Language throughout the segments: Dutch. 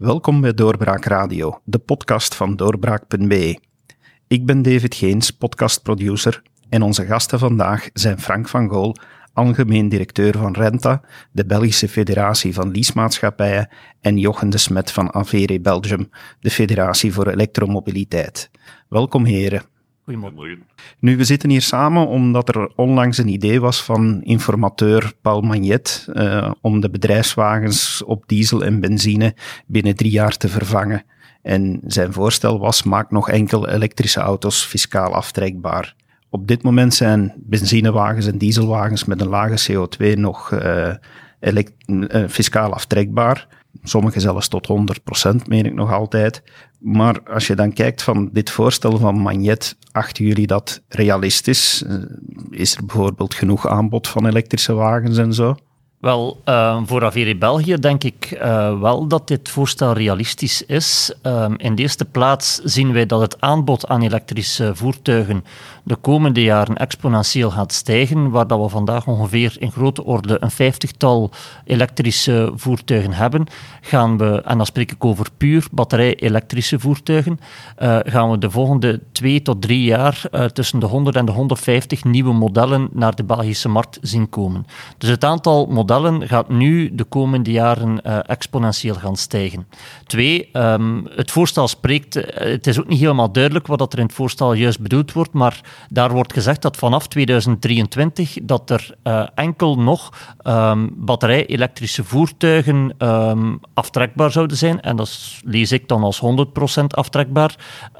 Welkom bij Doorbraak Radio, de podcast van doorbraak.be. Ik ben David Geens, podcastproducer, en onze gasten vandaag zijn Frank van Gool, algemeen directeur van Renta, de Belgische Federatie van Leasemaatschappijen, en Jochen de Smet van Avere Belgium, de Federatie voor Elektromobiliteit. Welkom heren. Goedemorgen. Nu, we zitten hier samen omdat er onlangs een idee was van informateur Paul Magnet om de bedrijfswagens op diesel en benzine binnen 3 jaar te vervangen. En zijn voorstel was, maak nog enkel elektrische auto's fiscaal aftrekbaar. Op dit moment zijn benzinewagens en dieselwagens met een lage CO2 nog fiscaal aftrekbaar. Sommige zelfs tot 100%, meen ik nog altijd. Maar als je dan kijkt van dit voorstel van Magnet, achten jullie dat realistisch? Is er bijvoorbeeld genoeg aanbod van elektrische wagens en zo? Wel, voor Avere België denk ik wel dat dit voorstel realistisch is. In de eerste plaats zien wij dat het aanbod aan elektrische voertuigen de komende jaren exponentieel gaat stijgen, waar dat we vandaag ongeveer in grote orde een 50-tal elektrische voertuigen hebben, gaan we, en dan spreek ik over puur batterij-elektrische voertuigen, gaan we de volgende 2 tot 3 jaar tussen de 100 en de 150 nieuwe modellen naar de Belgische markt zien komen. Dus het aantal modellen gaat nu de komende jaren exponentieel gaan stijgen. 2, het voorstel spreekt, het is ook niet helemaal duidelijk wat er in het voorstel juist bedoeld wordt, maar daar wordt gezegd dat vanaf 2023 dat er enkel nog batterij-elektrische voertuigen aftrekbaar zouden zijn, en dat lees ik dan als 100% aftrekbaar,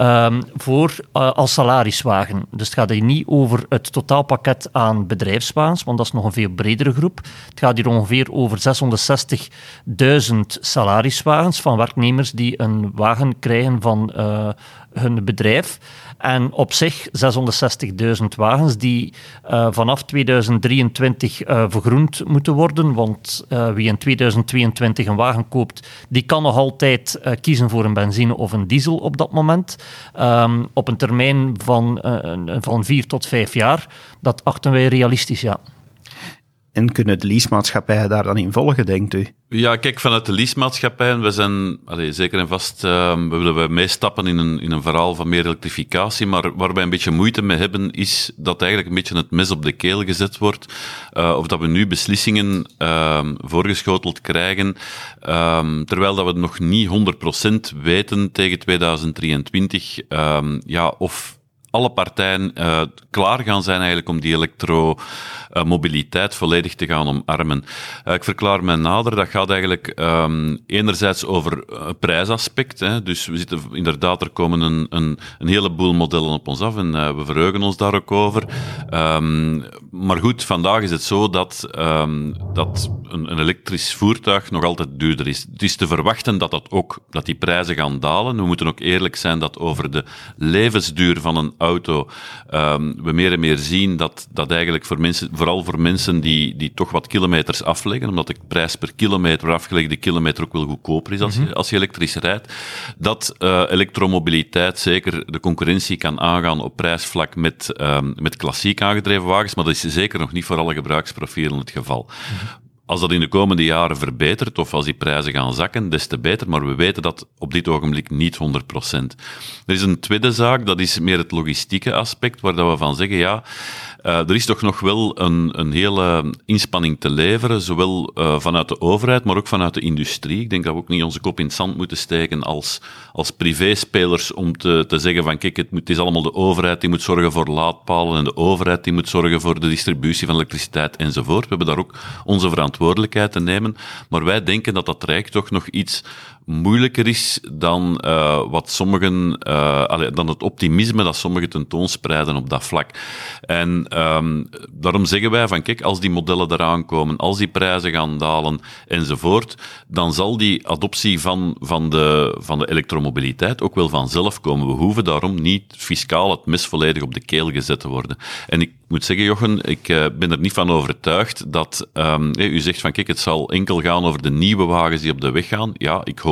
als salariswagen. Dus het gaat hier niet over het totaalpakket aan bedrijfswagens, want dat is nog een veel bredere groep. Het gaat hier ongeveer over 660.000 salariswagens van werknemers die een wagen krijgen van hun bedrijf. En op zich 660.000 wagens die vanaf 2023 vergroend moeten worden, want wie in 2022 een wagen koopt, die kan nog altijd kiezen voor een benzine of een diesel op dat moment. Op een termijn van 4 tot 5 jaar. Dat achten wij realistisch, ja. En kunnen de leasemaatschappijen daar dan in volgen, denkt u? Ja, kijk, vanuit de leasemaatschappijen, we zijn zeker en vast, we willen meestappen in een verhaal van meer elektrificatie, maar waar wij een beetje moeite mee hebben, is dat eigenlijk een beetje het mes op de keel gezet wordt, of dat we nu beslissingen voorgeschoteld krijgen, terwijl dat we nog niet 100% weten tegen 2023, of alle partijen klaar gaan zijn eigenlijk om die elektromobiliteit volledig te gaan omarmen. Ik verklaar mij nader, dat gaat eigenlijk enerzijds over prijsaspect. Hè. Dus we zitten inderdaad, er komen een heleboel modellen op ons af en we verheugen ons daar ook over. Maar goed, vandaag is het zo dat een elektrisch voertuig nog altijd duurder is. Het is te verwachten dat die prijzen gaan dalen. We moeten ook eerlijk zijn dat over de levensduur van een auto we meer en meer zien dat eigenlijk vooral voor mensen die toch wat kilometers afleggen, omdat de prijs per kilometer, afgelegde kilometer, ook wel goedkoper is als je elektrisch rijdt, dat elektromobiliteit zeker de concurrentie kan aangaan op prijsvlak met klassiek aangedreven wagens, maar dat is zeker nog niet voor alle gebruiksprofielen het geval. Als dat in de komende jaren verbetert, of als die prijzen gaan zakken, des te beter, maar we weten dat op dit ogenblik niet 100%. Er is een tweede zaak, dat is meer het logistieke aspect, waar dat we van zeggen, er is toch nog wel een hele inspanning te leveren, zowel vanuit de overheid, maar ook vanuit de industrie. Ik denk dat we ook niet onze kop in het zand moeten steken als privéspelers om te zeggen van kijk, het is allemaal de overheid die moet zorgen voor laadpalen en de overheid die moet zorgen voor de distributie van elektriciteit enzovoort. We hebben daar ook onze verantwoordelijkheid te nemen, maar wij denken dat dat traject toch nog iets moeilijker is dan wat sommigen, dan het optimisme dat sommigen tentoonspreiden op dat vlak. En daarom zeggen wij van kijk, als die modellen eraan komen, als die prijzen gaan dalen enzovoort, dan zal die adoptie van de elektromobiliteit ook wel vanzelf komen. We hoeven daarom niet fiscaal het mes volledig op de keel gezet te worden. En ik moet zeggen, Jochen, ik ben er niet van overtuigd dat u zegt van kijk, het zal enkel gaan over de nieuwe wagens die op de weg gaan. Ja, ik hoop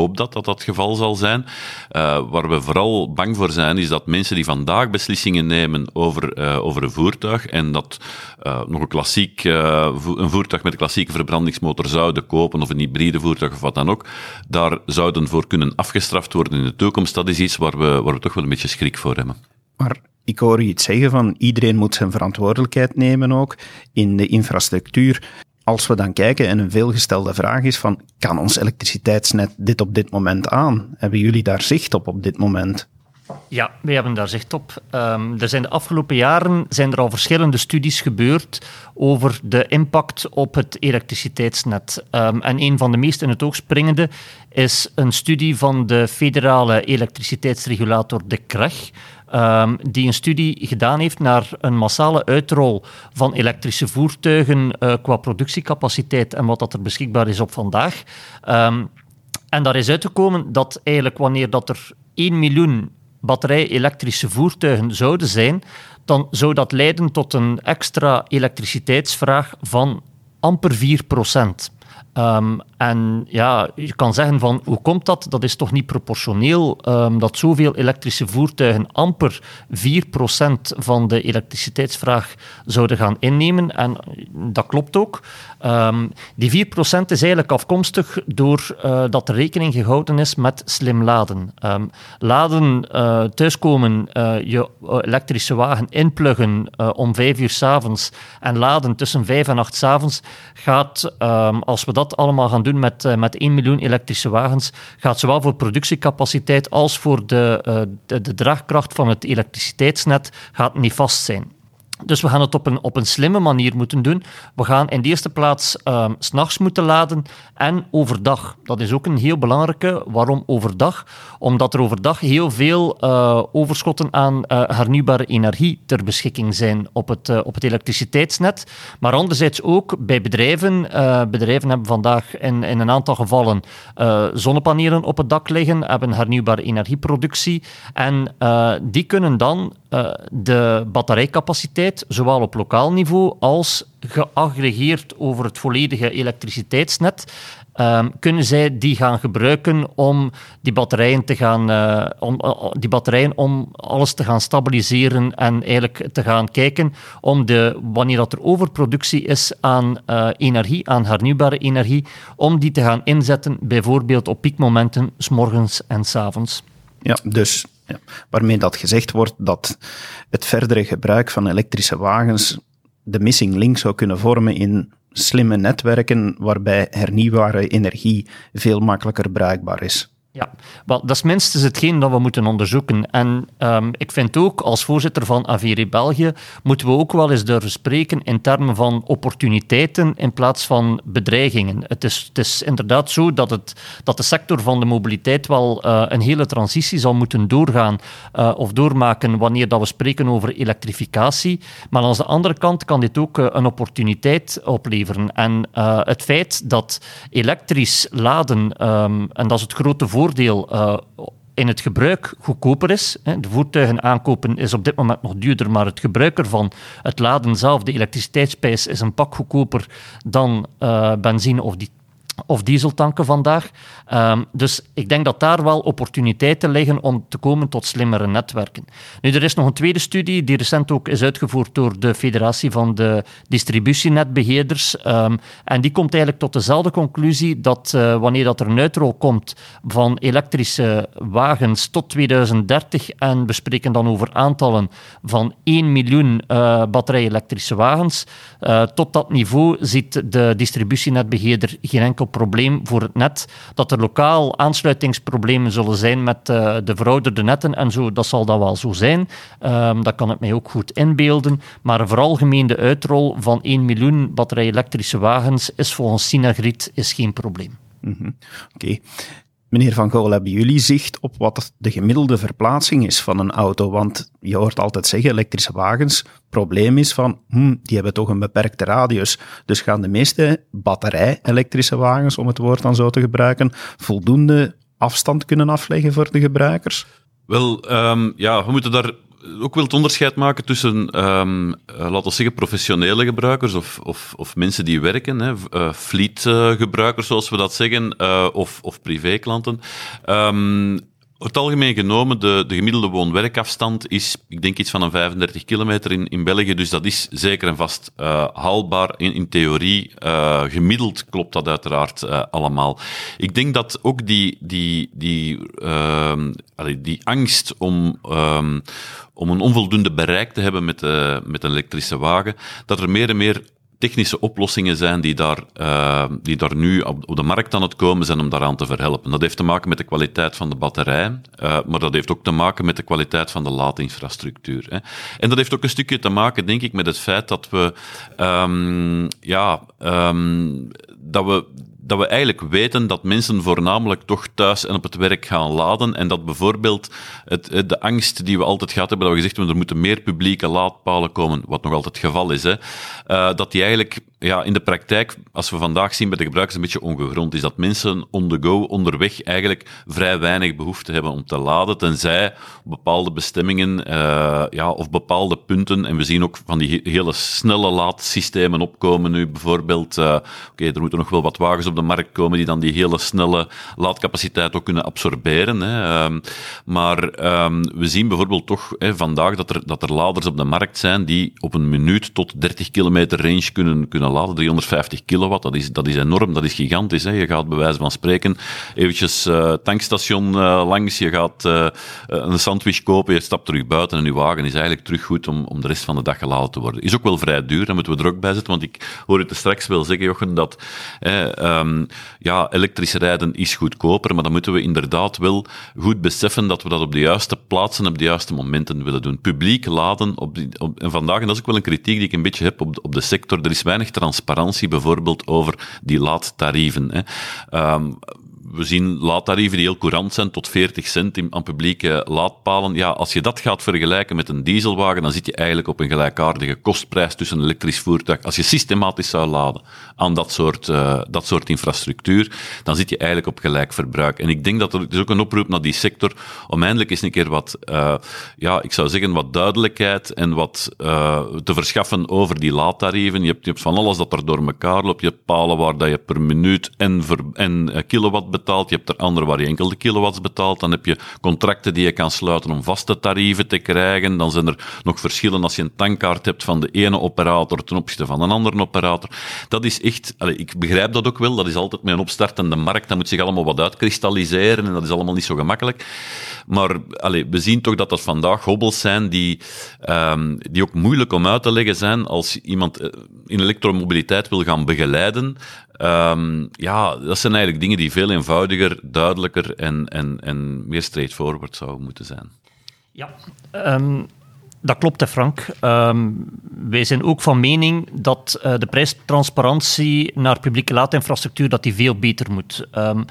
hoop dat het geval zal zijn. Waar we vooral bang voor zijn, is dat mensen die vandaag beslissingen nemen over een voertuig en dat nog een voertuig met een klassieke verbrandingsmotor zouden kopen of een hybride voertuig of wat dan ook, daar zouden voor kunnen afgestraft worden in de toekomst. Dat is iets waar we toch wel een beetje schrik voor hebben. Maar ik hoor u iets zeggen van iedereen moet zijn verantwoordelijkheid nemen ook in de infrastructuur. Als we dan kijken en een veelgestelde vraag is van, kan ons elektriciteitsnet dit op dit moment aan? Hebben jullie daar zicht op dit moment? Ja, wij hebben daar zicht op. Er zijn de afgelopen jaren al verschillende studies gebeurd over de impact op het elektriciteitsnet. En een van de meest in het oog springende is een studie van de federale elektriciteitsregulator, de KREG, die een studie gedaan heeft naar een massale uitrol van elektrische voertuigen qua productiecapaciteit en wat dat er beschikbaar is op vandaag. En daar is uitgekomen dat eigenlijk wanneer dat er 1 miljoen batterij-elektrische voertuigen zouden zijn, dan zou dat leiden tot een extra elektriciteitsvraag van amper 4%. En ja, je kan zeggen van, hoe komt dat? Dat is toch niet proportioneel dat zoveel elektrische voertuigen amper 4% van de elektriciteitsvraag zouden gaan innemen. En dat klopt ook. Die 4% is eigenlijk afkomstig door dat er rekening gehouden is met slim laden. Laden, thuiskomen, je elektrische wagen inpluggen om 5 uur 's avonds en laden tussen 5 en 8 's avonds gaat, als we dat allemaal gaan doen met 1 miljoen elektrische wagens, gaat zowel voor productiecapaciteit als voor de draagkracht van het elektriciteitsnet gaat niet vast zijn. Dus we gaan het op een slimme manier moeten doen. We gaan in de eerste plaats 's nachts moeten laden en overdag. Dat is ook een heel belangrijke. Waarom overdag? Omdat er overdag heel veel overschotten aan hernieuwbare energie ter beschikking zijn op het elektriciteitsnet. Maar anderzijds ook bij bedrijven. Bedrijven hebben vandaag in een aantal gevallen zonnepanelen op het dak liggen, hebben hernieuwbare energieproductie en die kunnen dan de batterijcapaciteit, zowel op lokaal niveau als geaggregeerd over het volledige elektriciteitsnet, kunnen zij die gaan gebruiken om die batterijen om alles te gaan stabiliseren en eigenlijk te gaan kijken om wanneer dat er overproductie is aan energie, aan hernieuwbare energie, om die te gaan inzetten, bijvoorbeeld op piekmomenten, 's morgens en 's avonds. Ja, dus ja, waarmee dat gezegd wordt dat het verdere gebruik van elektrische wagens de missing link zou kunnen vormen in slimme netwerken waarbij hernieuwbare energie veel makkelijker bruikbaar is. Ja, wel, dat is minstens hetgeen dat we moeten onderzoeken. En ik vind ook, als voorzitter van Aviri België, moeten we ook wel eens durven spreken in termen van opportuniteiten in plaats van bedreigingen. Het is inderdaad zo dat de sector van de mobiliteit wel een hele transitie zal moeten doorgaan of doormaken wanneer dat we spreken over elektrificatie. Maar aan de andere kant kan dit ook een opportuniteit opleveren. En het feit dat elektrisch laden, en dat is het grote voordeel in het gebruik goedkoper is. De voertuigen aankopen is op dit moment nog duurder, maar het gebruik ervan, het laden zelf, de elektriciteitsprijs, is een pak goedkoper dan benzine of dieseltanken vandaag. Dus ik denk dat daar wel opportuniteiten liggen om te komen tot slimmere netwerken. Nu, er is nog een tweede studie die recent ook is uitgevoerd door de Federatie van de Distributienetbeheerders. En die komt eigenlijk tot dezelfde conclusie dat wanneer dat er een uitrol komt van elektrische wagens tot 2030, en we spreken dan over aantallen van 1 miljoen batterij-elektrische wagens, tot dat niveau ziet de distributienetbeheerder geen enkel probleem voor het net. Dat er lokaal aansluitingsproblemen zullen zijn met de verouderde netten en zo, dat zal dan wel zo zijn. Dat kan ik mij ook goed inbeelden. Maar een veralgemeende uitrol van 1 miljoen batterij-elektrische wagens is volgens Synagrid geen probleem. Mm-hmm. Oké. Meneer Van Gool, hebben jullie zicht op wat de gemiddelde verplaatsing is van een auto? Want je hoort altijd zeggen, elektrische wagens, het probleem is van, die hebben toch een beperkte radius. Dus gaan de meeste batterij-elektrische wagens, om het woord dan zo te gebruiken, voldoende afstand kunnen afleggen voor de gebruikers? Wel, we moeten daar ook wil het onderscheid maken tussen, laten we zeggen, professionele gebruikers of mensen die werken, fleetgebruikers, zoals we dat zeggen, of privéklanten. Het algemeen genomen, de gemiddelde woon-werkafstand is, ik denk, iets van een 35 kilometer in België, dus dat is zeker en vast haalbaar in theorie. Gemiddeld klopt dat uiteraard allemaal. Ik denk dat ook die angst om een onvoldoende bereik te hebben met een elektrische wagen, dat er meer en meer technische oplossingen zijn die daar nu op de markt aan het komen zijn om daaraan te verhelpen. Dat heeft te maken met de kwaliteit van de batterij, maar dat heeft ook te maken met de kwaliteit van de laadinfrastructuur. Hè. En dat heeft ook een stukje te maken, denk ik, met het feit dat dat we eigenlijk weten dat mensen voornamelijk toch thuis en op het werk gaan laden en dat bijvoorbeeld de angst die we altijd gehad hebben, dat we gezegd hebben, er moeten meer publieke laadpalen komen, wat nog altijd het geval is, dat die eigenlijk in de praktijk, als we vandaag zien bij de gebruikers, een beetje ongegrond is. Dat mensen on the go, onderweg, eigenlijk vrij weinig behoefte hebben om te laden, tenzij op bepaalde bestemmingen of bepaalde punten, en we zien ook van die hele snelle laadsystemen opkomen nu, bijvoorbeeld, er moeten nog wel wat wagens op de markt komen die dan die hele snelle laadcapaciteit ook kunnen absorberen. Maar we zien bijvoorbeeld toch vandaag dat er laders op de markt zijn die op een minuut tot 30 kilometer range kunnen laden. 350 kilowatt, dat is enorm, dat is gigantisch. Je gaat bij wijze van spreken eventjes tankstation langs, je gaat een sandwich kopen, je stapt terug buiten en je wagen is eigenlijk terug goed om de rest van de dag geladen te worden. Is ook wel vrij duur, daar moeten we er ook bij zetten, want ik hoor het straks wel zeggen, Jochen, dat elektrisch rijden is goedkoper, maar dan moeten we inderdaad wel goed beseffen dat we dat op de juiste plaatsen en op de juiste momenten willen doen. Publiek laden en vandaag, en dat is ook wel een kritiek die ik een beetje heb op de sector, er is weinig transparantie bijvoorbeeld over die laadtarieven. We zien laadtarieven die heel courant zijn, tot 40 cent aan publieke laadpalen. Ja, als je dat gaat vergelijken met een dieselwagen, dan zit je eigenlijk op een gelijkaardige kostprijs tussen een elektrisch voertuig. Als je systematisch zou laden aan dat soort infrastructuur, dan zit je eigenlijk op gelijk verbruik. En ik denk dat er is ook een oproep naar die sector om eindelijk eens een keer wat, ik zou zeggen, wat duidelijkheid en wat te verschaffen over die laadtarieven. Je hebt van alles dat er door elkaar loopt. Je hebt palen waar dat je per minuut en kilowatt betaalt. Je hebt er andere waar je enkel de kilowatts betaalt. Dan heb je contracten die je kan sluiten om vaste tarieven te krijgen. Dan zijn er nog verschillen als je een tankkaart hebt van de ene operator ten opzichte van een andere operator. Dat is echt, ik begrijp dat ook wel, dat is altijd met een opstartende markt, dat moet zich allemaal wat uitkristalliseren en dat is allemaal niet zo gemakkelijk. Maar we zien toch dat vandaag hobbels zijn die ook moeilijk om uit te leggen zijn als iemand in elektromobiliteit wil gaan begeleiden. Dat zijn eigenlijk dingen die veel eenvoudiger, duidelijker en meer straightforward zouden moeten zijn. Ja, dat klopt, hè, Frank. Wij zijn ook van mening dat de prijstransparantie naar publieke laadinfrastructuur dat die veel beter moet.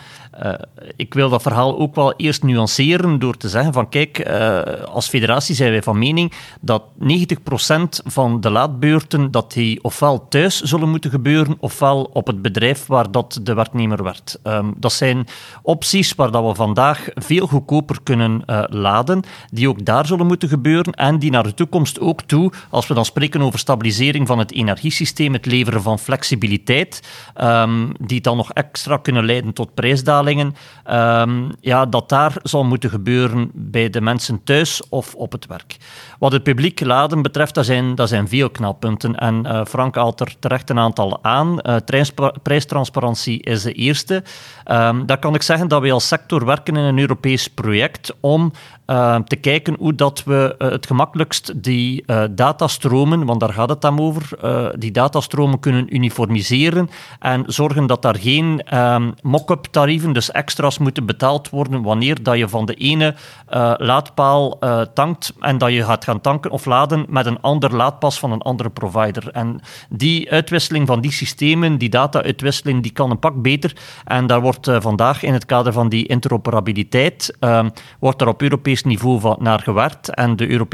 Ik wil dat verhaal ook wel eerst nuanceren door te zeggen van kijk, als federatie zijn wij van mening dat 90% van de laadbeurten dat die ofwel thuis zullen moeten gebeuren ofwel op het bedrijf waar dat de werknemer werkt. Dat zijn opties waar dat we vandaag veel goedkoper kunnen laden, die ook daar zullen moeten gebeuren en die naar de toekomst ook toe, als we dan spreken over stabilisering van het energiesysteem, het leveren van flexibiliteit, die dan nog extra kunnen leiden tot prijsdalingen, dat daar zal moeten gebeuren bij de mensen thuis of op het werk. Wat het publiek laden betreft, dat zijn veel knelpunten. En Frank haalt er terecht een aantal aan. Prijstransparantie is de eerste. Daar kan ik zeggen dat wij als sector werken in een Europees project om te kijken hoe dat we het gemakkelijkst die datastromen, want daar gaat het dan over, die datastromen kunnen uniformiseren en zorgen dat daar geen mock-up tarieven, dus extra's moeten betaald worden wanneer dat je van de ene laadpaal tankt en dat je gaat gaan tanken of laden met een ander laadpas van een andere provider. En die uitwisseling van die systemen, die data-uitwisseling, die kan een pak beter. En daar wordt vandaag in het kader van die interoperabiliteit wordt daar op Europees niveau naar gewerkt. En de Europese Commissie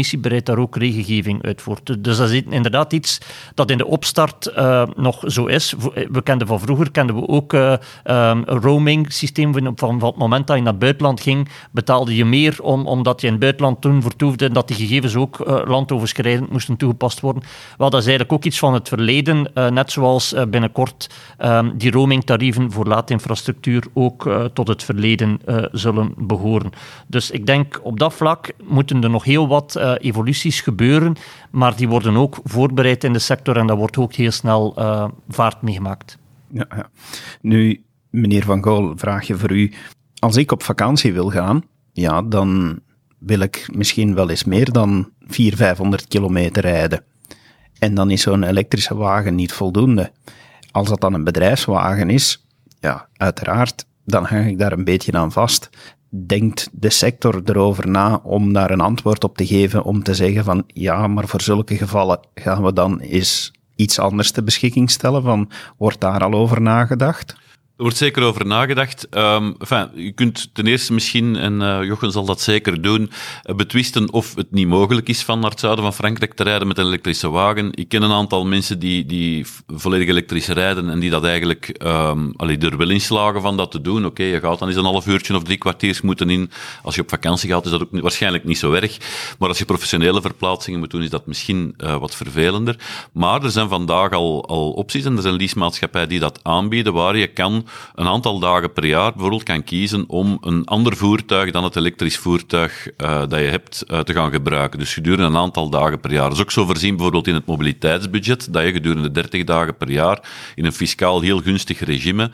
Commissie daar ook regelgeving uit voort. Dus dat is inderdaad iets dat in de opstart nog zo is. Van vroeger kenden we ook een roaming systeem. Van het moment dat je naar het buitenland ging, betaalde je meer omdat je in het buitenland toen vertoefde en dat die gegevens ook landoverschrijdend moesten toegepast worden. Wel, dat is eigenlijk ook iets van het verleden, net zoals binnenkort die roamingtarieven voor laadinfrastructuur ook tot het verleden zullen behoren. Dus ik denk, op dat vlak moeten er nog heel wat evoluties gebeuren, maar die worden ook voorbereid in de sector en daar wordt ook heel snel vaart mee gemaakt. Ja. Nu, meneer Van Gool, vraagje voor u. Als ik op vakantie wil gaan, ja, dan wil ik misschien wel eens meer dan 400-500 kilometer rijden. En dan is zo'n elektrische wagen niet voldoende. Als dat dan een bedrijfswagen is, ja, uiteraard, dan hang ik daar een beetje aan vast. Denkt de sector erover na om daar een antwoord op te geven, om te zeggen van, ja, maar voor zulke gevallen gaan we dan eens iets anders ter beschikking stellen? Van, wordt daar al over nagedacht? Er wordt zeker over nagedacht. Je kunt ten eerste misschien, en Jochen zal dat zeker doen, betwisten of het niet mogelijk is van naar het zuiden van Frankrijk te rijden met een elektrische wagen. Ik ken een aantal mensen die volledig elektrisch rijden en die dat eigenlijk er wel in slagen van dat te doen. Oké, je gaat dan eens een half uurtje of 3 kwartiers moeten in. Als je op vakantie gaat, is dat ook waarschijnlijk niet zo erg. Maar als je professionele verplaatsingen moet doen, is dat misschien wat vervelender. Maar er zijn vandaag al opties en er zijn leasemaatschappijen die dat aanbieden, waar je kan een aantal dagen per jaar bijvoorbeeld kan kiezen om een ander voertuig dan het elektrisch voertuig dat je hebt te gaan gebruiken. Dus gedurende een aantal dagen per jaar. Dat is ook zo voorzien bijvoorbeeld in het mobiliteitsbudget, dat je gedurende 30 dagen per jaar in een fiscaal heel gunstig regime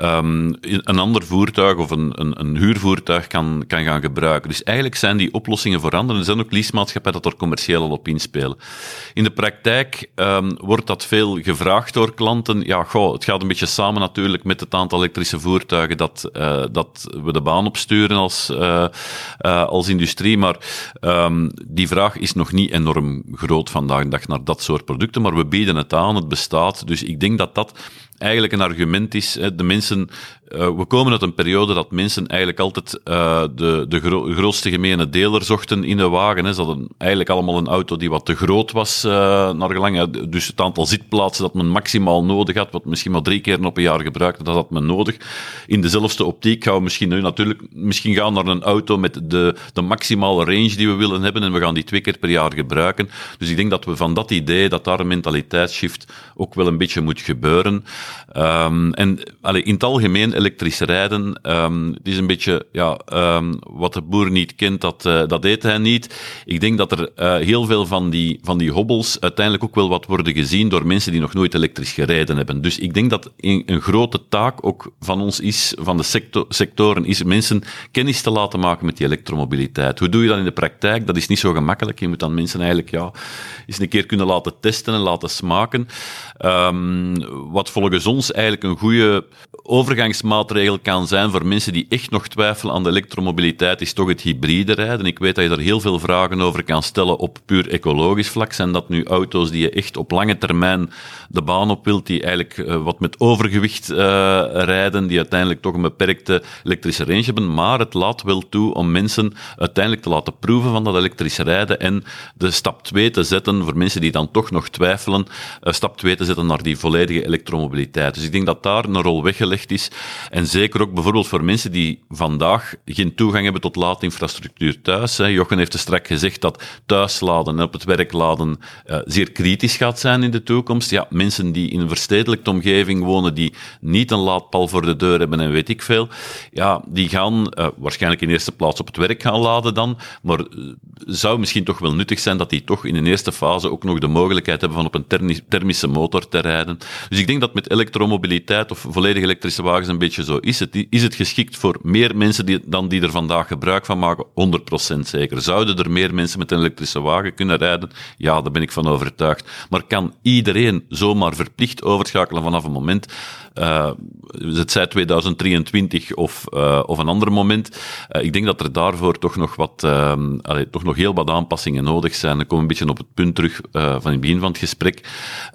een ander voertuig of een huurvoertuig kan gaan gebruiken. Dus eigenlijk zijn die oplossingen voorhanden. Er zijn ook leasemaatschappijen dat er commercieel al op inspelen. In de praktijk wordt dat veel gevraagd door klanten. Ja, het gaat een beetje samen natuurlijk met het aantal elektrische voertuigen dat we de baan opsturen als industrie, maar die vraag is nog niet enorm groot vandaag de dag naar dat soort producten, maar we bieden het aan, het bestaat, dus ik denk dat eigenlijk een argument is. De mensen, we komen uit een periode dat mensen eigenlijk altijd de grootste gemene deler zochten in de wagen. Ze hadden eigenlijk allemaal een auto die wat te groot was, naar gelang. Dus het aantal zitplaatsen dat men maximaal nodig had, wat misschien maar 3 keer op een jaar gebruikte, dat had men nodig. In dezelfde optiek gaan we misschien gaan naar een auto met de maximale range die we willen hebben en we gaan die 2 keer per jaar gebruiken. Dus ik denk dat we van dat idee, dat daar een mentaliteitsshift ook wel een beetje moet gebeuren. In het algemeen elektrisch rijden, het is een beetje, wat de boer niet kent, dat eet hij niet. Ik denk dat er heel veel van die hobbels uiteindelijk ook wel wat worden gezien door mensen die nog nooit elektrisch gereden hebben. Dus ik denk dat een grote taak ook van ons is, van de sectoren, is mensen kennis te laten maken met die elektromobiliteit. Hoe doe je dat in de praktijk? Dat is niet zo gemakkelijk. Je moet dan mensen eigenlijk eens een keer kunnen laten testen en laten smaken. Wat volgens ons eigenlijk een goede overgangsmaatregel kan zijn voor mensen die echt nog twijfelen aan de elektromobiliteit, is toch het hybride rijden. Ik weet dat je daar heel veel vragen over kan stellen op puur ecologisch vlak. Zijn dat nu auto's die je echt op lange termijn de baan op wilt, die eigenlijk wat met overgewicht rijden, die uiteindelijk toch een beperkte elektrische range hebben, maar het laat wel toe om mensen uiteindelijk te laten proeven van dat elektrisch rijden en de stap 2 te zetten, voor mensen die dan toch nog twijfelen, stap 2 te zetten naar die volledige elektromobiliteit. Dus ik denk dat daar een rol weggelegd is. En zeker ook bijvoorbeeld voor mensen die vandaag geen toegang hebben tot laadinfrastructuur thuis. Jochen heeft er straks gezegd dat thuisladen en op het werk laden zeer kritisch gaat zijn in de toekomst. Ja, mensen die in een verstedelijkte omgeving wonen, die niet een laadpaal voor de deur hebben en weet ik veel, ja, die gaan waarschijnlijk in eerste plaats op het werk gaan laden dan, maar zou misschien toch wel nuttig zijn dat die toch in een eerste fase ook nog de mogelijkheid hebben van op een thermische motor te rijden. Dus ik denk dat met elektromobiliteit of volledig elektrische wagens een beetje zo is. Is het geschikt voor meer mensen dan die er vandaag gebruik van maken? 100% zeker. Zouden er meer mensen met een elektrische wagen kunnen rijden? Ja, daar ben ik van overtuigd. Maar kan iedereen zomaar verplicht overschakelen vanaf een moment, het zij 2023 of een ander moment? Ik denk dat er daarvoor toch nog heel wat aanpassingen nodig zijn. Dan komen we een beetje op het punt terug van het begin van het gesprek.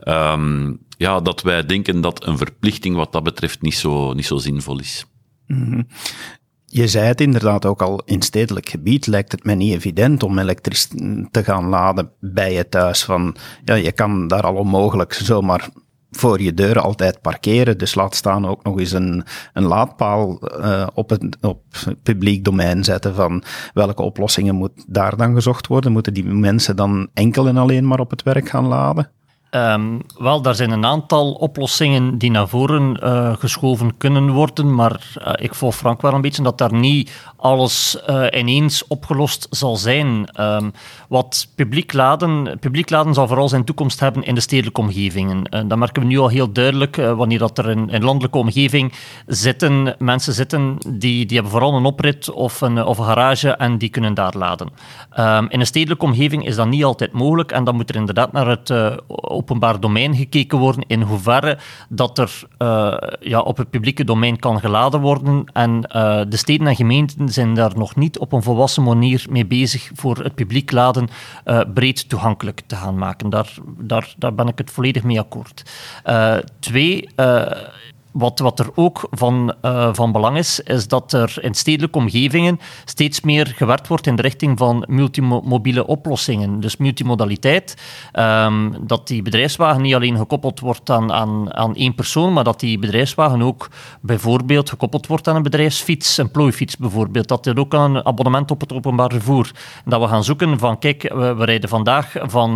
Dat wij denken dat een verplichting wat dat betreft niet zo zinvol is. Mm-hmm. Je zei het inderdaad ook al, in stedelijk gebied lijkt het mij niet evident om elektrisch te gaan laden bij je thuis. Je kan daar al onmogelijk zomaar voor je deur altijd parkeren, dus laat staan ook nog eens een laadpaal op publiek domein zetten van welke oplossingen moet daar dan gezocht worden. Moeten die mensen dan enkel en alleen maar op het werk gaan laden? Wel, daar zijn een aantal oplossingen die naar voren geschoven kunnen worden, maar ik volg Frank wel een beetje dat daar niet alles ineens opgelost zal zijn. Wat publiek laden zal vooral zijn toekomst hebben in de stedelijke omgevingen. Dat merken we nu al heel duidelijk, wanneer dat er in landelijke omgeving mensen zitten die hebben vooral een oprit of een garage en die kunnen daar laden. In een stedelijke omgeving is dat niet altijd mogelijk en dan moet er inderdaad naar het openbaar domein gekeken worden in hoeverre dat er op het publieke domein kan geladen worden. En de steden en gemeenten zijn daar nog niet op een volwassen manier mee bezig voor het publiek laden breed toegankelijk te gaan maken. Daar ben ik het volledig mee akkoord. Wat er ook van belang is dat er in stedelijke omgevingen steeds meer gewerkt wordt in de richting van multimobiele oplossingen. Dus multimodaliteit, dat die bedrijfswagen niet alleen gekoppeld wordt aan één persoon, maar dat die bedrijfswagen ook bijvoorbeeld gekoppeld wordt aan een bedrijfsfiets, een plooifiets bijvoorbeeld, dat er ook een abonnement op het openbaar vervoer. Dat we gaan zoeken van, kijk, we rijden vandaag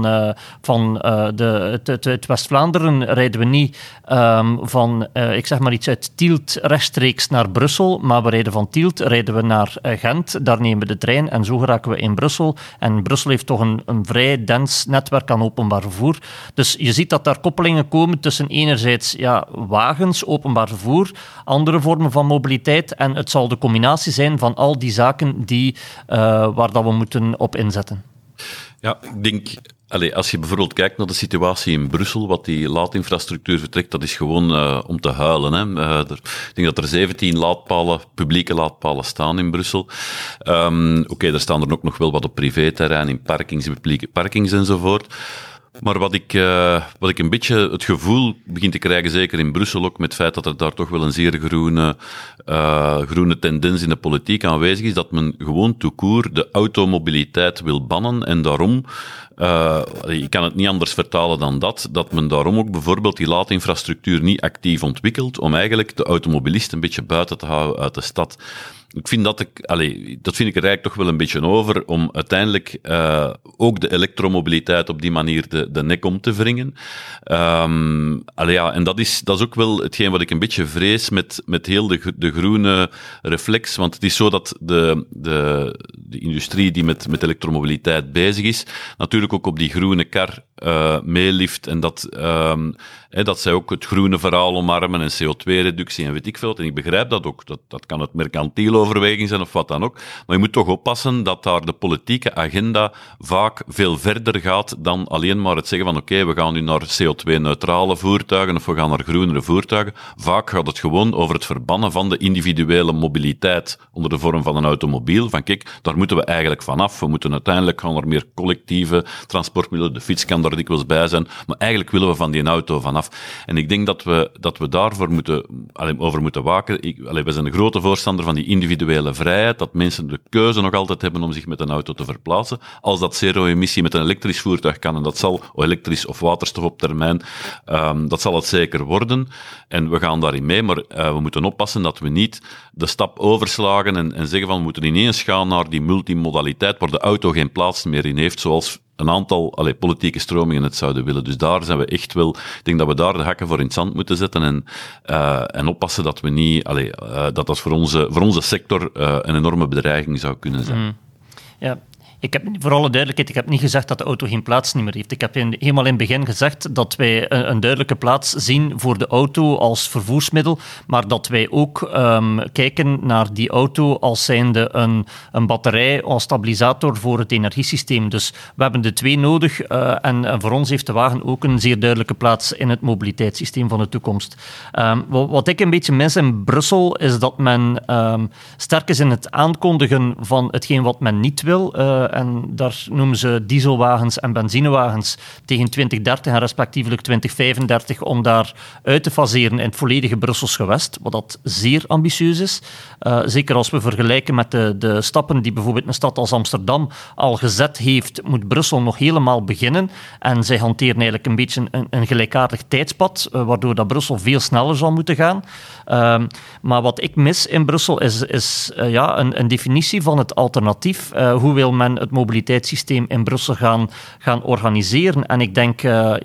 uit West-Vlaanderen rijden we niet ik zeg maar iets uit Tielt rechtstreeks naar Brussel, maar we rijden van Tielt naar Gent, daar nemen we de trein en zo geraken we in Brussel. En Brussel heeft toch een vrij dens netwerk aan openbaar vervoer. Dus je ziet dat daar koppelingen komen tussen enerzijds wagens, openbaar vervoer, andere vormen van mobiliteit en het zal de combinatie zijn van al die zaken waar dat we moeten op inzetten. Ja, ik denk... als je bijvoorbeeld kijkt naar de situatie in Brussel, wat die laadinfrastructuur vertrekt, dat is gewoon om te huilen. Hè. Ik denk dat er 17 publieke laadpalen staan in Brussel. Oké, er staan er ook nog wel wat op privéterrein, in parkings, in publieke parkings enzovoort. Maar wat ik een beetje het gevoel begin te krijgen, zeker in Brussel ook, met het feit dat er daar toch wel een zeer groene tendens in de politiek aanwezig is, dat men gewoon tout court de automobiliteit wil bannen en daarom, ik kan het niet anders vertalen dan dat men daarom ook bijvoorbeeld die laadinfrastructuur niet actief ontwikkelt om eigenlijk de automobilist een beetje buiten te houden uit de stad. Ik vind dat vind ik er eigenlijk toch wel een beetje over om uiteindelijk ook de elektromobiliteit op die manier de nek om te wringen. En dat is ook wel hetgeen wat ik een beetje vrees met heel de groene reflex, want het is zo dat de industrie die met elektromobiliteit bezig is, natuurlijk ook op die groene kar meelift en dat zij ook het groene verhaal omarmen en CO2-reductie en weet ik veel. En ik begrijp dat ook. Dat kan het mercantiele overweging zijn of wat dan ook. Maar je moet toch oppassen dat daar de politieke agenda vaak veel verder gaat dan alleen maar het zeggen van oké, we gaan nu naar CO2-neutrale voertuigen of we gaan naar groenere voertuigen. Vaak gaat het gewoon over het verbannen van de individuele mobiliteit onder de vorm van een automobiel. Van kijk, daar moeten we eigenlijk vanaf. We moeten uiteindelijk gaan naar meer collectieve transportmiddelen. De fiets kan daar dikwijls bij zijn. Maar eigenlijk willen we van die auto vanaf. En ik denk dat we daarvoor over moeten waken. We zijn een grote voorstander van die individuele vrijheid, dat mensen de keuze nog altijd hebben om zich met een auto te verplaatsen. Als dat zero-emissie met een elektrisch voertuig kan, en dat zal elektrisch of waterstof op termijn, dat zal het zeker worden. En we gaan daarin mee, maar we moeten oppassen dat we niet de stap overslagen en zeggen van we moeten ineens gaan naar die multimodaliteit, waar de auto geen plaats meer in heeft, zoals een aantal politieke stromingen het zouden willen. Dus daar zijn we echt wel... Ik denk dat we daar de hakken voor in het zand moeten zetten en oppassen dat we niet... dat voor onze sector een enorme bedreiging zou kunnen zijn. Ja. Ik heb, voor alle duidelijkheid, ik heb niet gezegd dat de auto geen plaats niet meer heeft. Ik heb helemaal in het begin gezegd dat wij een duidelijke plaats zien voor de auto als vervoersmiddel, maar dat wij ook kijken naar die auto als zijnde een batterij, als stabilisator voor het energiesysteem. Dus we hebben de twee nodig en voor ons heeft de wagen ook een zeer duidelijke plaats in het mobiliteitssysteem van de toekomst. Wat ik een beetje mis in Brussel is dat men sterk is in het aankondigen van hetgeen wat men niet wil en daar noemen ze dieselwagens en benzinewagens tegen 2030 en respectievelijk 2035 om daar uit te faseren in het volledige Brussels gewest, wat dat zeer ambitieus is. Zeker als we vergelijken met de stappen die bijvoorbeeld een stad als Amsterdam al gezet heeft, moet Brussel nog helemaal beginnen. En zij hanteren eigenlijk een beetje een gelijkaardig tijdspad, waardoor dat Brussel veel sneller zal moeten gaan. Maar wat ik mis in Brussel is een definitie van het alternatief. Hoe wil men het mobiliteitssysteem in Brussel gaan organiseren? En ik denk,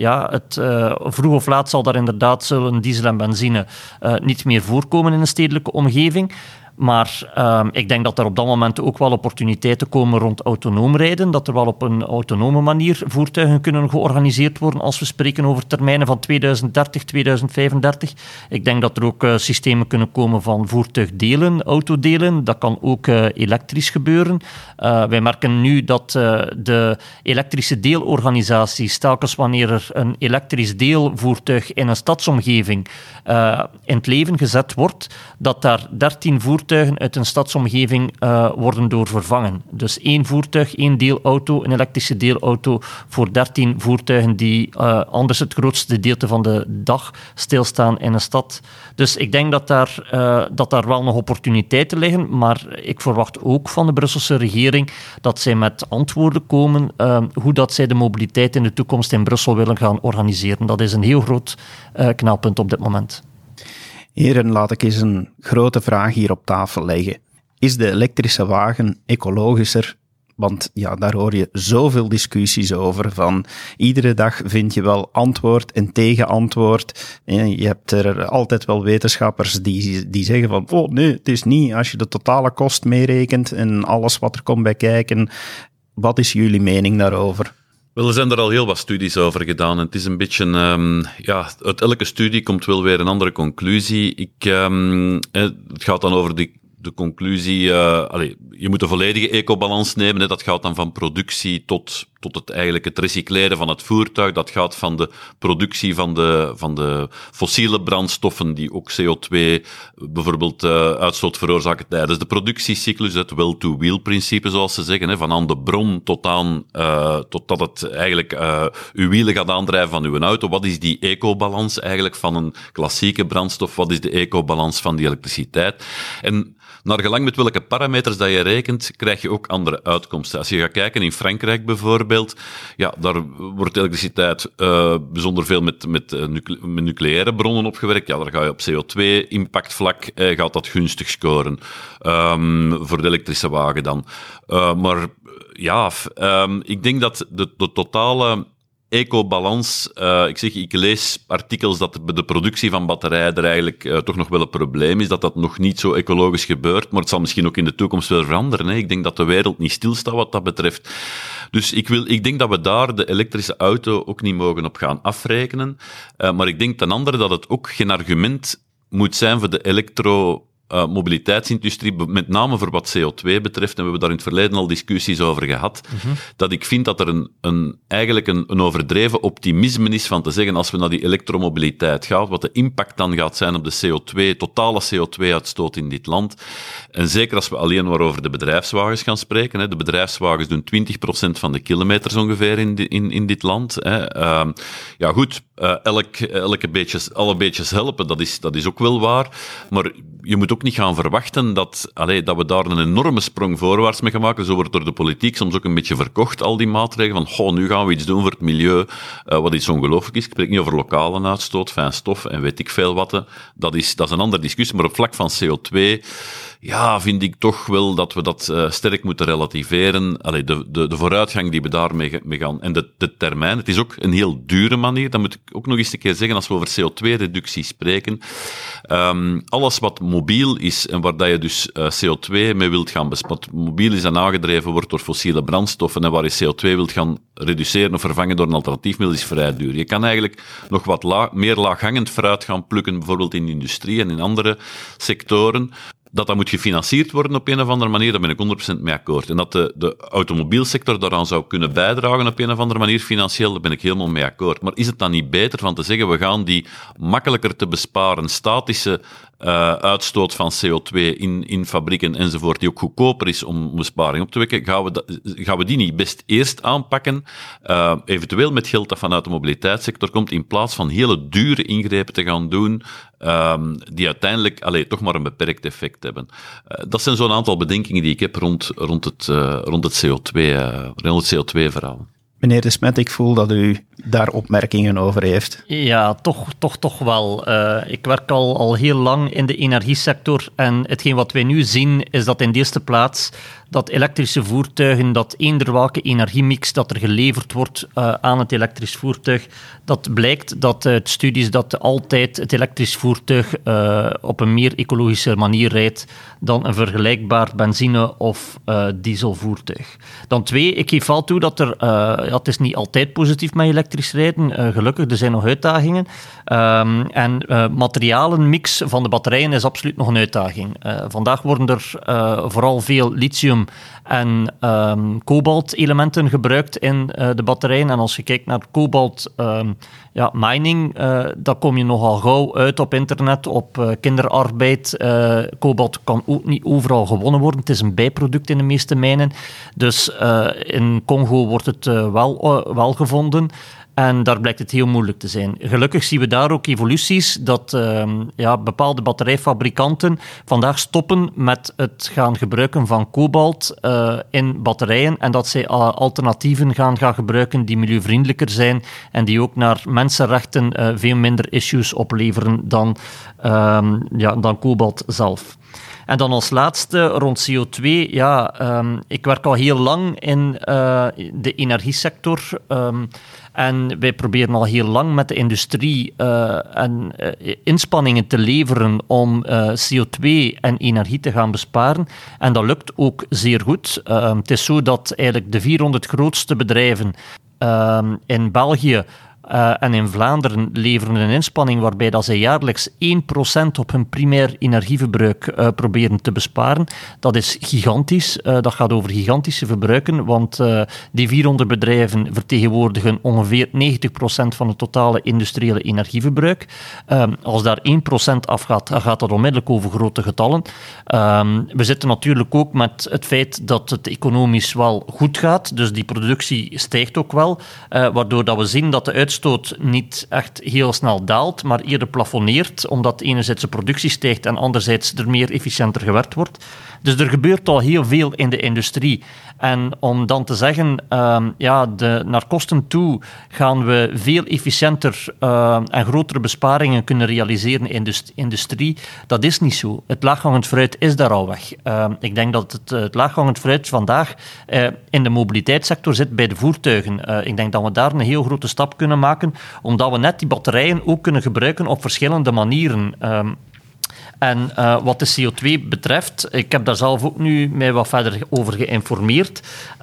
vroeg of laat zal daar inderdaad zullen diesel en benzine niet meer voorkomen in een stedelijke omgeving. Maar ik denk dat er op dat moment ook wel opportuniteiten komen rond autonoom rijden, dat er wel op een autonome manier voertuigen kunnen georganiseerd worden als we spreken over termijnen van 2030, 2035. Ik denk dat er ook systemen kunnen komen van voertuigdelen, autodelen. Dat kan ook elektrisch gebeuren. Wij merken nu dat de elektrische deelorganisaties, telkens wanneer er een elektrisch deelvoertuig in een stadsomgeving in het leven gezet wordt, dat daar 13 voertuigen uit een stadsomgeving worden door vervangen. Dus 1 voertuig, 1 deelauto, een elektrische deelauto voor 13 voertuigen die anders het grootste gedeelte van de dag stilstaan in een stad. Dus ik denk dat daar wel nog opportuniteiten liggen, maar ik verwacht ook van de Brusselse regering dat zij met antwoorden komen hoe dat zij de mobiliteit in de toekomst in Brussel willen gaan organiseren. Dat is een heel groot knelpunt op dit moment. Heren, laat ik eens een grote vraag hier op tafel leggen. Is de elektrische wagen ecologischer? Want ja, daar hoor je zoveel discussies over. Van iedere dag vind je wel antwoord en tegenantwoord. Je hebt er altijd wel wetenschappers die zeggen van oh nee, het is niet. Als je de totale kost meerekent en alles wat er komt bij kijken. Wat is jullie mening daarover? Wel, er zijn er al heel wat studies over gedaan. En het is een beetje... uit elke studie komt wel weer een andere conclusie. Het gaat dan over de conclusie... je moet een volledige ecobalans nemen. Hè. Dat gaat dan van productie tot het recycleren van het voertuig. Dat gaat van de productie van de fossiele brandstoffen die ook CO2 bijvoorbeeld uitstoot veroorzaken tijdens de productiecyclus. Het well-to-wheel-principe, zoals ze zeggen. Hè. Van aan de bron totdat het eigenlijk uw wielen gaat aandrijven van uw auto. Wat is die ecobalans eigenlijk van een klassieke brandstof? Wat is de ecobalans van die elektriciteit? En naar gelang met welke parameters dat je rekent, krijg je ook andere uitkomsten. Als je gaat kijken in Frankrijk bijvoorbeeld, ja, daar wordt elektriciteit bijzonder veel met nucleaire bronnen opgewerkt. Ja, daar ga je op CO2-impactvlak gaat dat gunstig scoren. Voor de elektrische wagen dan. Ik denk dat de totale ecobalans, ik lees artikels dat de productie van batterijen er eigenlijk toch nog wel een probleem is, dat nog niet zo ecologisch gebeurt, maar het zal misschien ook in de toekomst wel veranderen. Hè. Ik denk dat de wereld niet stilstaat wat dat betreft. Dus ik denk dat we daar de elektrische auto ook niet mogen op gaan afrekenen. Maar ik denk ten andere dat het ook geen argument moet zijn voor de mobiliteitsindustrie, met name voor wat CO2 betreft, en we hebben daar in het verleden al discussies over gehad, dat ik vind dat er eigenlijk een overdreven optimisme is van te zeggen, als we naar die elektromobiliteit gaan, wat de impact dan gaat zijn op de totale CO2-uitstoot in dit land. En zeker als we alleen maar over de bedrijfswagens gaan spreken. Hè. De bedrijfswagens doen 20% van de kilometers ongeveer in dit land. Hè. Alle beetjes helpen, dat is ook wel waar. Maar je moet ook niet gaan verwachten dat we daar een enorme sprong voorwaarts mee gaan maken. Zo wordt door de politiek soms ook een beetje verkocht, al die maatregelen, van nu gaan we iets doen voor het milieu, wat iets ongelooflijk is. Ik spreek niet over lokale uitstoot, fijn stof en weet ik veel wat. Dat is een andere discussie, maar op vlak van CO2 vind ik toch wel dat we dat sterk moeten relativeren. De vooruitgang die we daarmee gaan. En de termijn, het is ook een heel dure manier, dat moet ik ook nog eens een keer zeggen, als we over CO2-reductie spreken. Alles wat mobiel is en waar dat je dus CO2 mee wilt gaan besparen. Mobiel is en aangedreven wordt door fossiele brandstoffen en waar je CO2 wilt gaan reduceren of vervangen door een alternatiefmiddel is vrij duur. Je kan eigenlijk nog wat meer laaghangend fruit gaan plukken, bijvoorbeeld in de industrie en in andere sectoren. Dat moet gefinancierd worden op een of andere manier, daar ben ik 100% mee akkoord. En dat de automobielsector daaraan zou kunnen bijdragen op een of andere manier financieel, daar ben ik helemaal mee akkoord. Maar is het dan niet beter van te zeggen, we gaan die makkelijker te besparen statische uitstoot van CO2 in fabrieken enzovoort, die ook goedkoper is om besparing op te wekken, gaan we die niet best eerst aanpakken, eventueel met geld dat vanuit de mobiliteitssector komt, in plaats van hele dure ingrepen te gaan doen, die uiteindelijk toch maar een beperkt effect hebben. Dat zijn zo'n aantal bedenkingen die ik heb rond het CO2-verhaal. Meneer De Smet, ik voel dat u daar opmerkingen over heeft. Ja, toch wel. Ik werk al heel lang in de energiesector en hetgeen wat wij nu zien is dat in de eerste plaats dat elektrische voertuigen, dat eender welke energiemix dat er geleverd wordt aan het elektrisch voertuig, dat blijkt dat uit studies dat altijd het elektrisch voertuig op een meer ecologische manier rijdt dan een vergelijkbaar benzine- of dieselvoertuig. Dan 2, ik geef wel toe dat het is niet altijd positief met elektrisch rijden. Gelukkig, er zijn nog uitdagingen. Materialenmix van de batterijen is absoluut nog een uitdaging. Vandaag worden er vooral veel lithium en kobalt-elementen gebruikt in de batterijen. En als je kijkt naar kobalt mining, dan kom je nogal gauw uit op internet, op kinderarbeid. Kobalt kan ook niet overal gewonnen worden. Het is een bijproduct in de meeste mijnen. Dus in Congo wordt het wel gevonden. En daar blijkt het heel moeilijk te zijn. Gelukkig zien we daar ook evoluties dat bepaalde batterijfabrikanten vandaag stoppen met het gaan gebruiken van kobalt in batterijen en dat zij alternatieven gaan gebruiken die milieuvriendelijker zijn en die ook naar mensenrechten veel minder issues opleveren dan kobalt zelf. En dan als laatste, rond CO2. Ik werk al heel lang in de energiesector. En wij proberen al heel lang met de industrie inspanningen te leveren om CO2 en energie te gaan besparen. En dat lukt ook zeer goed. Het is zo dat eigenlijk de 400 grootste bedrijven in België en in Vlaanderen leveren een inspanning waarbij dat zij jaarlijks 1% op hun primair energieverbruik proberen te besparen. Dat is gigantisch. Dat gaat over gigantische verbruiken, want die 400 bedrijven vertegenwoordigen ongeveer 90% van het totale industriële energieverbruik. Als daar 1% afgaat, dan gaat dat onmiddellijk over grote getallen. We zitten natuurlijk ook met het feit dat het economisch wel goed gaat, dus die productie stijgt ook wel, waardoor dat we zien dat de uitstoot niet echt heel snel daalt, maar eerder plafonneert, omdat enerzijds de productie stijgt en anderzijds er meer efficiënter gewerkt wordt. Dus er gebeurt al heel veel in de industrie. En om dan te zeggen, naar kosten toe gaan we veel efficiënter en grotere besparingen kunnen realiseren in de industrie, dat is niet zo. Het laaghangend fruit is daar al weg. Ik denk dat het laaghangend fruit vandaag in de mobiliteitssector zit bij de voertuigen. Ik denk dat we daar een heel grote stap kunnen maken, omdat we net die batterijen ook kunnen gebruiken op verschillende manieren. En wat de CO2 betreft, ik heb daar zelf ook nu mij wat verder over geïnformeerd.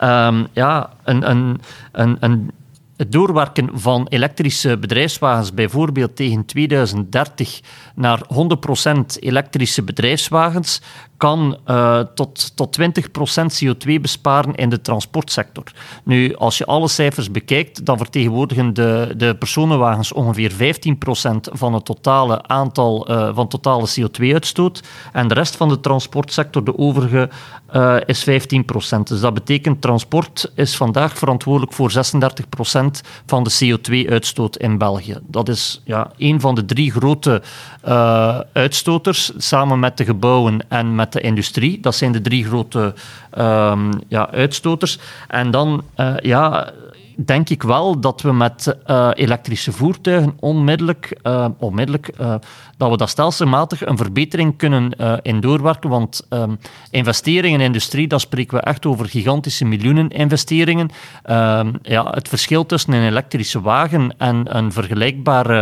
Het doorwerken van elektrische bedrijfswagens, bijvoorbeeld tegen 2030 naar 100% elektrische bedrijfswagens, kan tot 20% CO2 besparen in de transportsector. Nu, als je alle cijfers bekijkt, dan vertegenwoordigen de personenwagens ongeveer 15% van het totale aantal van totale CO2-uitstoot. En de rest van de transportsector, de overige, is 15%. Dus dat betekent, transport is vandaag verantwoordelijk voor 36% van de CO2-uitstoot in België. Dat is een van de 3 grote uitstoters, samen met de gebouwen en met de industrie. Dat zijn de 3 grote uitstoters. En dan denk ik wel dat we met elektrische voertuigen onmiddellijk dat we dat stelselmatig een verbetering kunnen in doorwerken, want investeringen in industrie, daar spreken we echt over gigantische miljoenen investeringen. Het verschil tussen een elektrische wagen en een vergelijkbare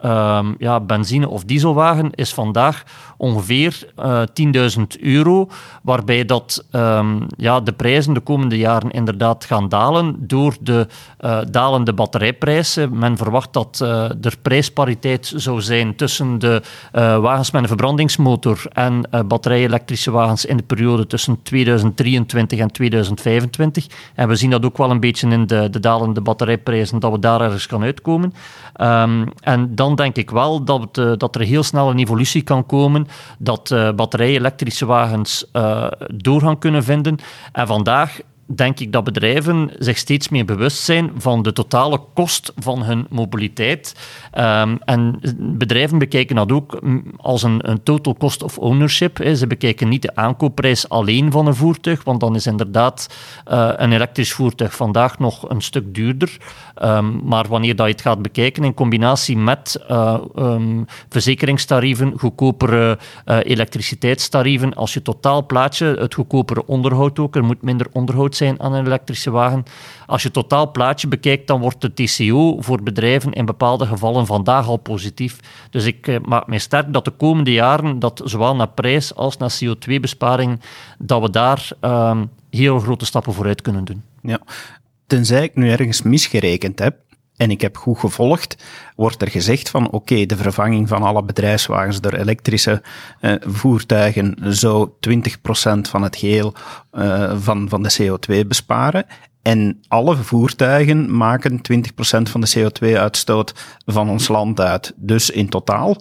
benzine- of dieselwagen is vandaag ongeveer €10.000, waarbij dat de prijzen de komende jaren inderdaad gaan dalen door de dalende batterijprijzen. Men verwacht dat er prijspariteit zou zijn tussen de wagens met een verbrandingsmotor en batterij-elektrische wagens in de periode tussen 2023 en 2025. En we zien dat ook wel een beetje in de dalende batterijprijzen, dat we daar ergens gaan uitkomen. En dan denk ik wel dat er heel snel een evolutie kan komen, dat batterij-elektrische wagens doorgang kunnen vinden. En vandaag denk ik dat bedrijven zich steeds meer bewust zijn van de totale kost van hun mobiliteit. En bedrijven bekijken dat ook als een total cost of ownership. Ze bekijken niet de aankoopprijs alleen van een voertuig, want dan is inderdaad een elektrisch voertuig vandaag nog een stuk duurder. Maar wanneer dat je het gaat bekijken in combinatie met verzekeringstarieven, goedkopere elektriciteitstarieven, als je totaalplaatje, het goedkopere onderhoud ook, er moet minder onderhoud zijn aan een elektrische wagen. Als je het totaalplaatje bekijkt, dan wordt de TCO voor bedrijven in bepaalde gevallen vandaag al positief. Dus ik maak mij sterk dat de komende jaren, dat zowel naar prijs als naar CO2-besparing, dat we daar heel grote stappen vooruit kunnen doen. Ja. Tenzij ik nu ergens misgerekend heb, en ik heb goed gevolgd, wordt er gezegd van oké, de vervanging van alle bedrijfswagens door elektrische voertuigen zou 20% van het geheel van de CO2 besparen. En alle voertuigen maken 20% van de CO2-uitstoot van ons land uit. Dus in totaal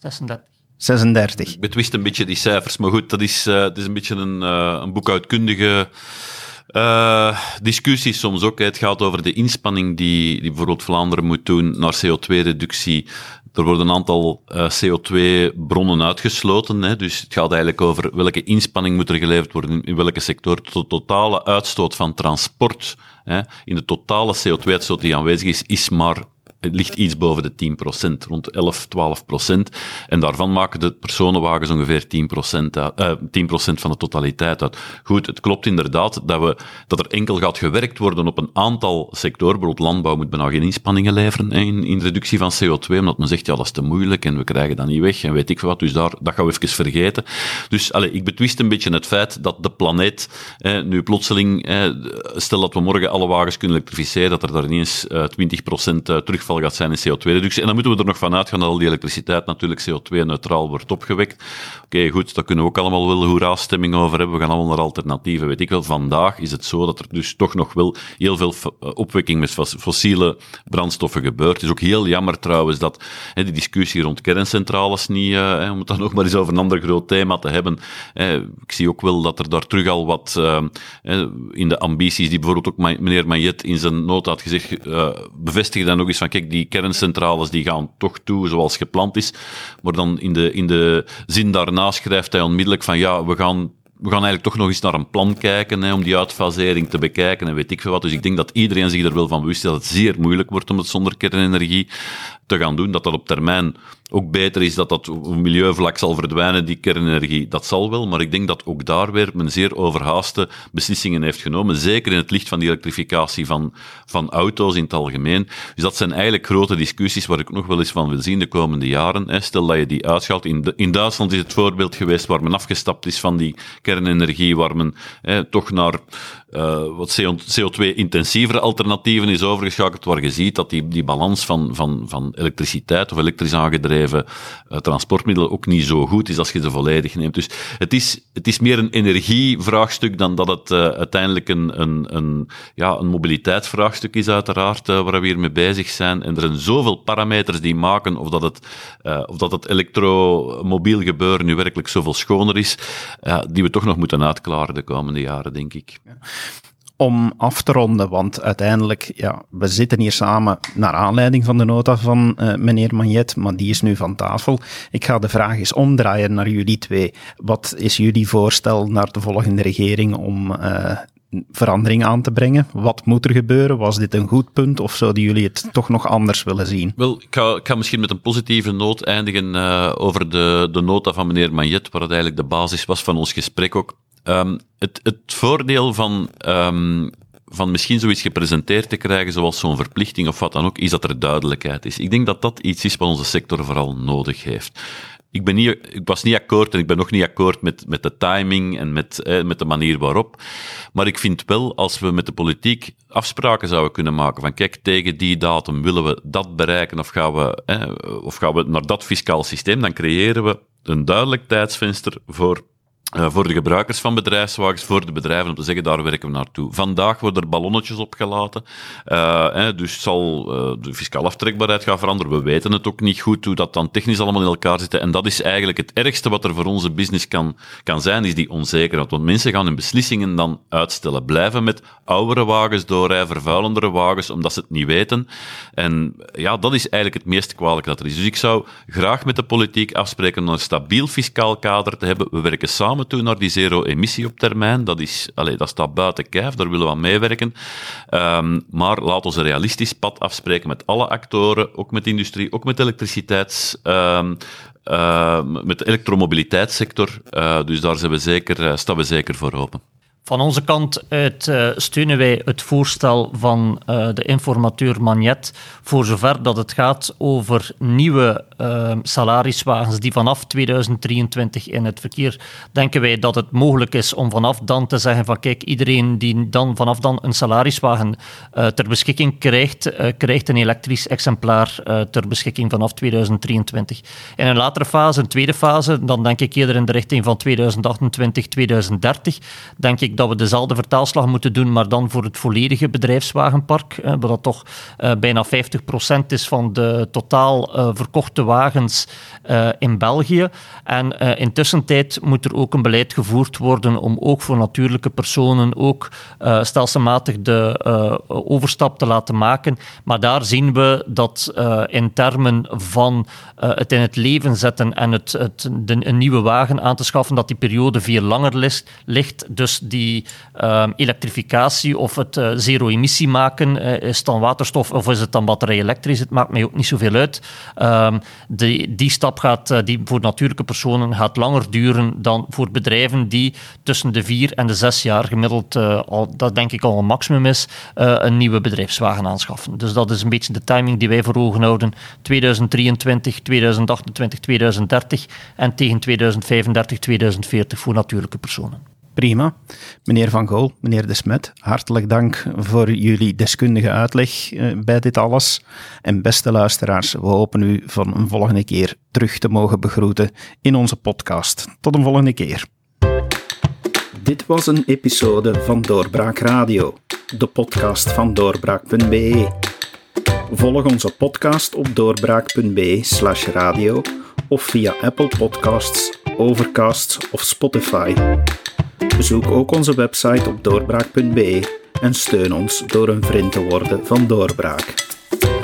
36. Ik betwist een beetje die cijfers, maar goed, het is een beetje een boekhoudkundige discussie soms ook. Het gaat over de inspanning die bijvoorbeeld Vlaanderen moet doen naar CO2-reductie. Er worden een aantal CO2-bronnen uitgesloten. Hè. Dus het gaat eigenlijk over welke inspanning moet er geleverd worden in welke sector. De totale uitstoot van transport, hè, in de totale CO2-uitstoot die aanwezig is maar... Het ligt iets boven de 10%, rond 11-12%. En daarvan maken de personenwagens ongeveer 10% van de totaliteit uit. Goed, het klopt inderdaad dat er enkel gaat gewerkt worden op een aantal sectoren. Bijvoorbeeld landbouw moet bijna geen inspanningen leveren in reductie van CO2, omdat men zegt, ja, dat is te moeilijk en we krijgen dat niet weg en weet ik wat. Dus dat gaan we even vergeten. Dus ik betwist een beetje het feit dat de planeet nu plotseling, stel dat we morgen alle wagens kunnen elektrificeren, dat er daar ineens 20% terugval gaat zijn in CO2-reductie. En dan moeten we er nog van uitgaan dat al die elektriciteit natuurlijk CO2-neutraal wordt opgewekt. Oké, goed, daar kunnen we ook allemaal wel hoera-stemming over hebben. We gaan allemaal naar alternatieven. Weet ik wel, vandaag is het zo dat er dus toch nog wel heel veel opwekking met fossiele brandstoffen gebeurt. Het is ook heel jammer trouwens dat die discussie rond kerncentrales niet, om het dan nog maar eens over een ander groot thema te hebben. Ik zie ook wel dat er daar terug al wat in de ambities die bijvoorbeeld ook meneer Magnet in zijn nota had gezegd, bevestigen dan nog eens van kijk, die kerncentrales die gaan toch toe zoals gepland is. Maar dan in de zin daarna schrijft hij onmiddellijk van ja, we gaan eigenlijk toch nog eens naar een plan kijken om die uitfasering te bekijken en weet ik veel wat. Dus ik denk dat iedereen zich er wel van bewust is dat het zeer moeilijk wordt om het zonder kernenergie te gaan doen. Dat dat op termijn ook beter is, dat dat op milieuvlak zal verdwijnen, die kernenergie. Dat zal wel, maar ik denk dat ook daar weer men zeer overhaaste beslissingen heeft genomen. Zeker in het licht van die elektrificatie van auto's in het algemeen. Dus dat zijn eigenlijk grote discussies waar ik nog wel eens van wil zien de komende jaren. Stel dat je die uitschaalt. In Duitsland is het voorbeeld geweest waar men afgestapt is van die kernenergie, waar men toch naar wat CO2-intensievere alternatieven is overgeschakeld, waar je ziet dat die balans van elektriciteit of elektrisch aangedreven transportmiddelen ook niet zo goed is als je ze volledig neemt. Dus het is meer een energievraagstuk dan dat het uiteindelijk een mobiliteitsvraagstuk is uiteraard, waar we hier mee bezig zijn. En er zijn zoveel parameters die maken of dat het elektromobiel gebeuren nu werkelijk zoveel schoner is, die we toch nog moeten uitklaren de komende jaren, denk ik. Om af te ronden, want uiteindelijk, we zitten hier samen naar aanleiding van de nota van meneer Magnet, maar die is nu van tafel. Ik ga de vraag eens omdraaien naar jullie twee. Wat is jullie voorstel naar de volgende regering om verandering aan te brengen? Wat moet er gebeuren? Was dit een goed punt of zouden jullie het toch nog anders willen zien? Wel, ik ga misschien met een positieve noot eindigen over de nota van meneer Magnet, waar het eigenlijk de basis was van ons gesprek ook. Het voordeel van van misschien zoiets gepresenteerd te krijgen, zoals zo'n verplichting of wat dan ook, is dat er duidelijkheid is. Ik denk dat dat iets is wat onze sector vooral nodig heeft. Ik was niet akkoord en ik ben nog niet akkoord met de timing en met de manier waarop. Maar ik vind wel, als we met de politiek afspraken zouden kunnen maken van kijk, tegen die datum willen we dat bereiken of gaan we naar dat fiscaal systeem, dan creëren we een duidelijk tijdsvenster voor de gebruikers van bedrijfswagens, voor de bedrijven, om te zeggen, daar werken we naartoe. Vandaag worden er ballonnetjes opgelaten, dus zal de fiscale aftrekbaarheid gaan veranderen. We weten het ook niet goed hoe dat dan technisch allemaal in elkaar zit. En dat is eigenlijk het ergste wat er voor onze business kan zijn, is die onzekerheid. Want mensen gaan hun beslissingen dan uitstellen, blijven met oudere wagens doorrijden, vervuilendere wagens, omdat ze het niet weten. En ja, dat is eigenlijk het meest kwalijke dat er is. Dus ik zou graag met de politiek afspreken om een stabiel fiscaal kader te hebben. We werken samen toe naar die zero-emissie op termijn. Dat staat buiten kijf, daar willen we aan meewerken. Maar laat ons een realistisch pad afspreken met alle actoren, ook met de industrie, ook met de met de elektromobiliteitssector. Dus daar staan we zeker voor open. Van onze kant uit steunen wij het voorstel van de informateur Magnet voor zover dat het gaat over nieuwe salariswagens die vanaf 2023 in het verkeer, denken wij dat het mogelijk is om vanaf dan te zeggen van kijk, iedereen die dan vanaf dan een salariswagen ter beschikking krijgt een elektrisch exemplaar ter beschikking vanaf 2023. In een latere fase, een tweede fase, dan denk ik eerder in de richting van 2028, 2030, denk ik dat we dezelfde vertaalslag moeten doen, maar dan voor het volledige bedrijfswagenpark, wat dat toch bijna 50% is van de totaal verkochte wagens in België. En intussen moet er ook een beleid gevoerd worden om ook voor natuurlijke personen ook stelselmatig de overstap te laten maken. Maar daar zien we dat in termen van het in het leven zetten en een nieuwe wagen aan te schaffen, dat die periode veel langer ligt. Dus die elektrificatie of het zero-emissie maken, is het dan waterstof of is het dan batterij elektrisch? Het maakt mij ook niet zoveel uit. Die stap die voor natuurlijke personen gaat langer duren dan voor bedrijven die tussen de 4 en de 6 jaar gemiddeld, dat denk ik al een maximum is, een nieuwe bedrijfswagen aanschaffen. Dus dat is een beetje de timing die wij voor ogen houden. 2023, 2028, 2030 en tegen 2035, 2040 voor natuurlijke personen. Prima. Meneer Van Gool, meneer De Smet, hartelijk dank voor jullie deskundige uitleg bij dit alles. En beste luisteraars, we hopen u van een volgende keer terug te mogen begroeten in onze podcast. Tot een volgende keer. Dit was een episode van Doorbraak Radio, de podcast van doorbraak.be. Volg onze podcast op doorbraak.be/radio of via Apple Podcasts, Overcast of Spotify. Bezoek ook onze website op doorbraak.be en steun ons door een vriend te worden van Doorbraak.